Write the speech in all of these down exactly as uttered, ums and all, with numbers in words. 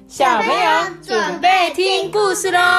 小朋友准备听故事咯。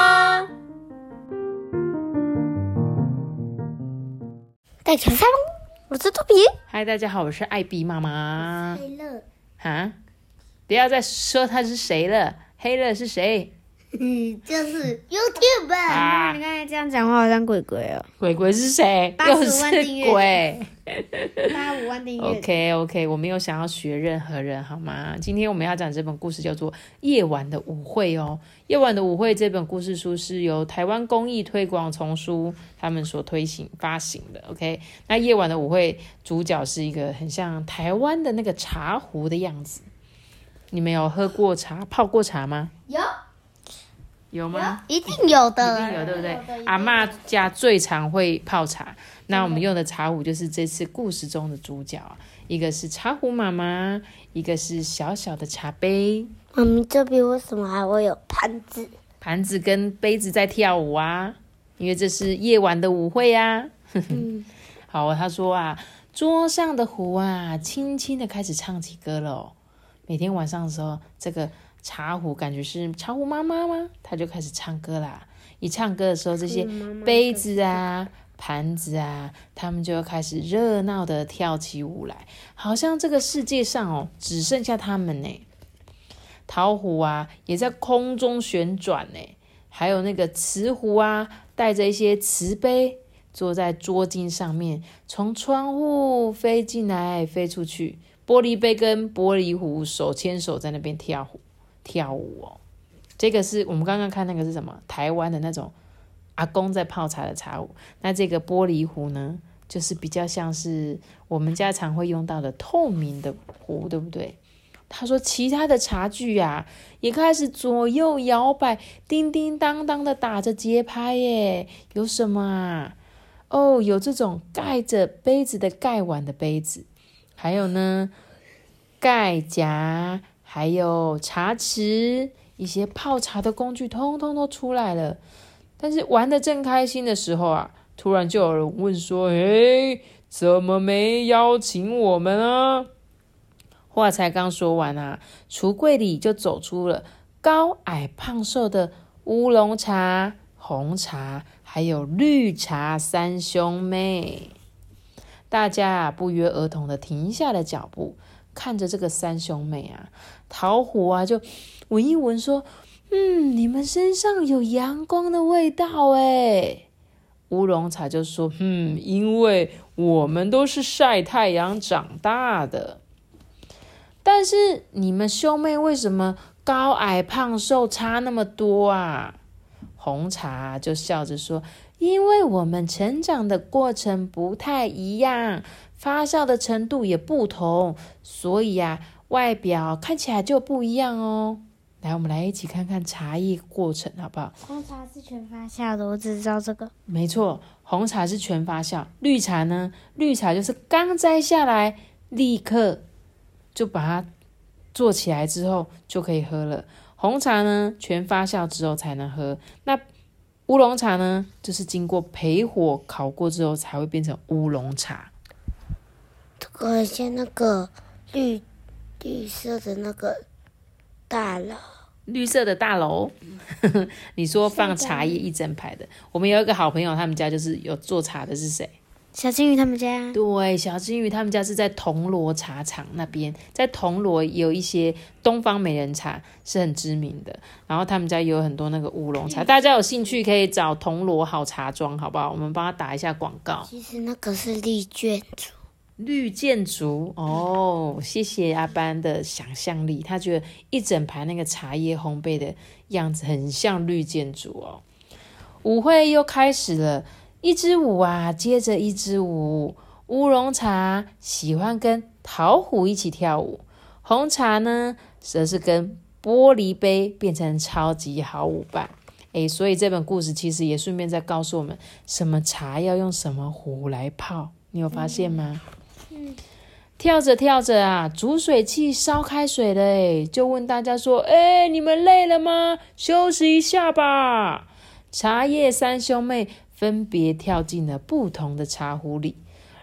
大家好，我是托比。 嗨，大家好，我是艾比妈妈。 黑乐哈，不要再说他是谁了，黑乐是谁？ 就是 YouTube 啊！ 你刚才这样讲话好像鬼鬼哦。 鬼鬼是谁？ 八十五万订阅又是鬼。 八十五万订阅。 OK OK， 我没有想要学任何人，好吗？今天我们要讲这本故事叫做《夜晚的舞会》哦。《夜晚的舞会》这本故事书是由台湾公益推广丛书他们所推行发行的。OK， 那《夜晚的舞会》主角是一个很像台湾的那个茶壶的样子。你们有喝过茶、泡过茶吗？ 有。 有吗？ 一定有的， 一定有，对不对？阿嬷家最常会泡茶，那我们用的茶壶就是这次故事中的主角，一个是茶壶妈妈，一个是小小的茶杯。 妈咪这边为什么还会有盘子？ 盘子跟杯子在跳舞啊，因为这是夜晚的舞会啊。嗯、好，他说啊，桌上的壶啊，轻轻的开始唱起歌了、哦。每天晚上的时候，这个茶壶感觉是茶壶妈妈吗？她就开始唱歌啦。一唱歌的时候，这些杯子啊、盘子啊，他们就开始热闹的跳起舞来，好像这个世界上哦，只剩下他们呢。陶壶啊，也在空中旋转呢。还有那个瓷壶啊，带着一些瓷杯，坐在桌巾上面，从窗户飞进来、飞出去。玻璃杯跟玻璃壶手牵手在那边跳舞。跳舞哦，这个是我们刚刚看那个是什么？台湾的那种阿公在泡茶的茶壶。那这个玻璃壶呢，就是比较像是我们家常会用到的透明的壶，对不对？他说其他的茶具啊，也开始左右摇摆，叮叮当当的打着节拍耶。有什么啊？哦，有这种盖着杯子的盖碗的杯子，还有呢，盖夹。还有茶匙，一些泡茶的工具通通都出来了。但是玩得正开心的时候啊，突然就有人问说，诶，怎么没邀请我们啊？话才刚说完啊，橱柜里就走出了高矮胖瘦的乌龙茶、红茶还有绿茶三兄妹。大家啊不约而同的停下了脚步，看着这个三兄妹啊，陶壶啊就闻一闻说，嗯，你们身上有阳光的味道诶。乌龙茶就说，嗯，因为我们都是晒太阳长大的。但是你们兄妹为什么高矮胖瘦差那么多啊？红茶就笑着说，因为我们成长的过程不太一样，发酵的程度也不同，所以啊，外表看起来就不一样哦。来，我们来一起看看茶叶过程好不好？ 红茶是全发酵的，我只知道这个。 没错，红茶是全发酵，绿茶呢？绿茶就是刚摘下来，立刻就把它做起来之后就可以喝了。红茶呢，全发酵之后才能喝。那乌龙茶呢，就是经过焙火烤过之后才会变成乌龙茶。 这个很像那个绿绿色的那个大楼， 绿色的大楼。你说放茶叶一整排的，我们有一个好朋友，他们家就是有做茶的，是谁？ 小金鱼他们家。 对，小金鱼他们家是在铜锣茶厂那边，在铜锣有一些东方美人茶是很知名的，然后他们家也有很多那个乌龙茶，大家有兴趣可以找铜锣好茶庄，好不好？我们帮他打一下广告。 其实那个是绿建筑。 绿建筑哦，谢谢阿班的想象力，他觉得一整排那个茶叶烘焙的样子很像绿建筑哦。舞会又开始了。一支舞啊，接着一支舞。乌龙茶喜欢跟陶壶一起跳舞，红茶呢，则是跟玻璃杯变成超级好舞伴。诶，所以这本故事其实也顺便在告诉我们，什么茶要用什么壶来泡，你有发现吗？嗯，跳着跳着啊，煮水器烧开水了，诶，就问大家说，诶，你们累了吗？休息一下吧。茶叶三兄妹分别跳进了不同的茶壶里，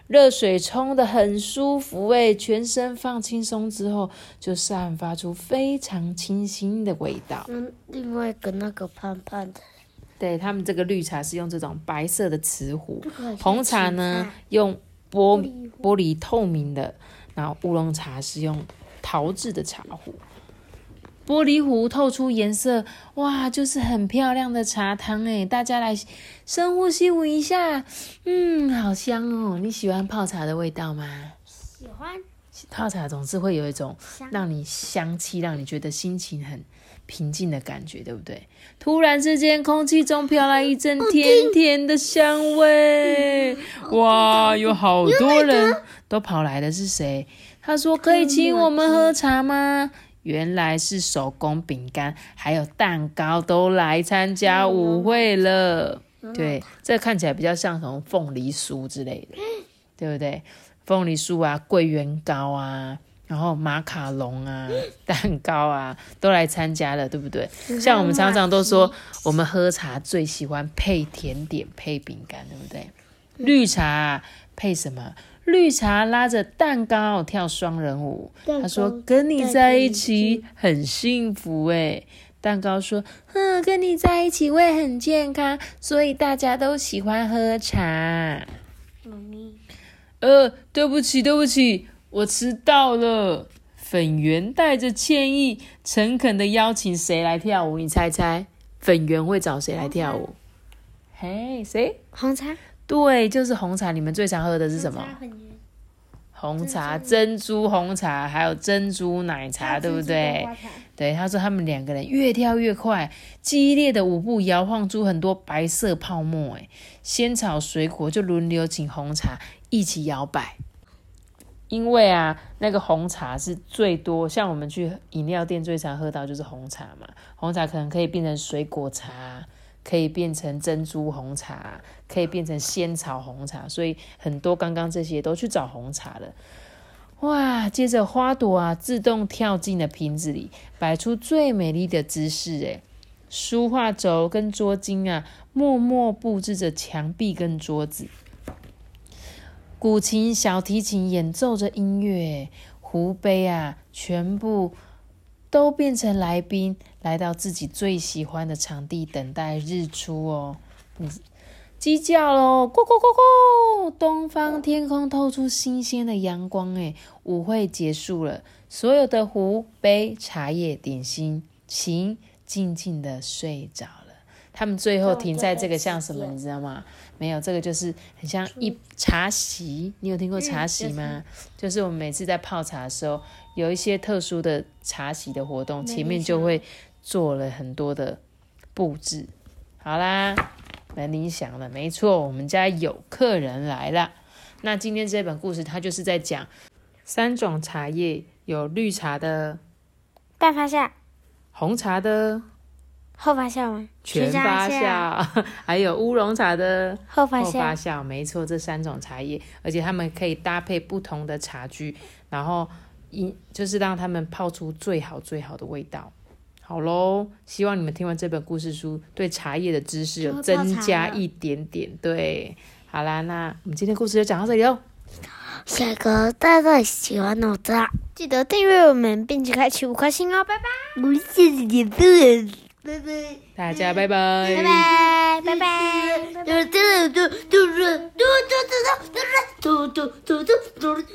热水冲得很舒服诶，全身放轻松之后，就散发出非常清新的味道。 嗯，另外一个那个胖胖的， 对，他们这个绿茶是用这种白色的瓷壶，红茶呢用玻玻璃透明的，然后乌龙茶是用陶制的茶壶。玻璃壶透出颜色，哇，就是很漂亮的茶汤诶，大家来深呼吸闻一下，嗯，好香哦！你喜欢泡茶的味道吗？ 喜欢。 泡茶总是会有一种让你香气，让你觉得心情很平静的感觉，对不对？突然之间，空气中飘来一阵甜甜的香味，哇，有好多人都跑来的，是谁？他说：“可以请我们喝茶吗？”原来是手工饼干还有蛋糕都来参加舞会了。对，这看起来比较像什么凤梨酥之类的，对不对？凤梨酥啊，桂圆糕啊，然后马卡龙啊，蛋糕啊，都来参加了，对不对？像我们常常都说，我们喝茶最喜欢配甜点、配饼干，对不对？绿茶配什么？绿茶拉着蛋糕跳双人舞，他说跟你在一起很幸福耶。蛋糕说，嗯，跟你在一起会很健康，所以大家都喜欢喝茶。 妈咪， 呃，对不起，对不起，我迟到了。粉圆带着歉意，诚恳的邀请谁来跳舞？你猜猜，粉圆会找谁来跳舞？嘿，谁？ 红茶。 对，就是红茶。你们最常喝的是什么？红茶、珍珠红茶，还有珍珠奶茶，对不对？对，他说他们两个人越跳越快，激烈的舞步摇晃出很多白色泡沫，哎，仙草水果就轮流请红茶一起摇摆。因为啊，那个红茶是最多，像我们去饮料店最常喝到就是红茶嘛，红茶可能可以变成水果茶，可以变成珍珠红茶，可以变成仙草红茶，所以很多刚刚这些都去找红茶了。哇，接着花朵啊自动跳进了瓶子里，摆出最美丽的姿势诶。书画轴跟桌巾啊默默布置着墙壁跟桌子，古琴、小提琴演奏着音乐，壶杯啊全部都变成来宾，来到自己最喜欢的场地，等待日出哦。鸡叫咯，咕咕咕咕！东方天空透出新鲜的阳光，诶，舞会结束了，所有的壶杯、茶叶、点心、琴静静的睡着了。他们最后停在这个像什么，你知道吗？没有，这个就是很像一茶席。你有听过茶席吗？嗯、就是、就是我们每次在泡茶的时候，有一些特殊的茶席的活动，前面就会做了很多的布置。好啦。门铃响了，没错，我们家有客人来了。那今天这本故事它就是在讲三种茶叶，有绿茶的半发酵， 红茶的后发酵吗？ 全发酵，还有乌龙茶的后发酵。 后发酵，没错，这三种茶叶，而且它们可以搭配不同的茶具，然后就是让它们泡出最好最好的味道。好咯，希望你们听完这本故事书，对茶叶的知识有增加一点点。对，好啦，那我们今天故事就讲到这里咯。 下个大家喜欢我的，记得订阅我们，并且开启五颗星哦，拜拜。我是谢谢你们，拜拜。 大家拜拜， 拜拜，拜拜，拜拜。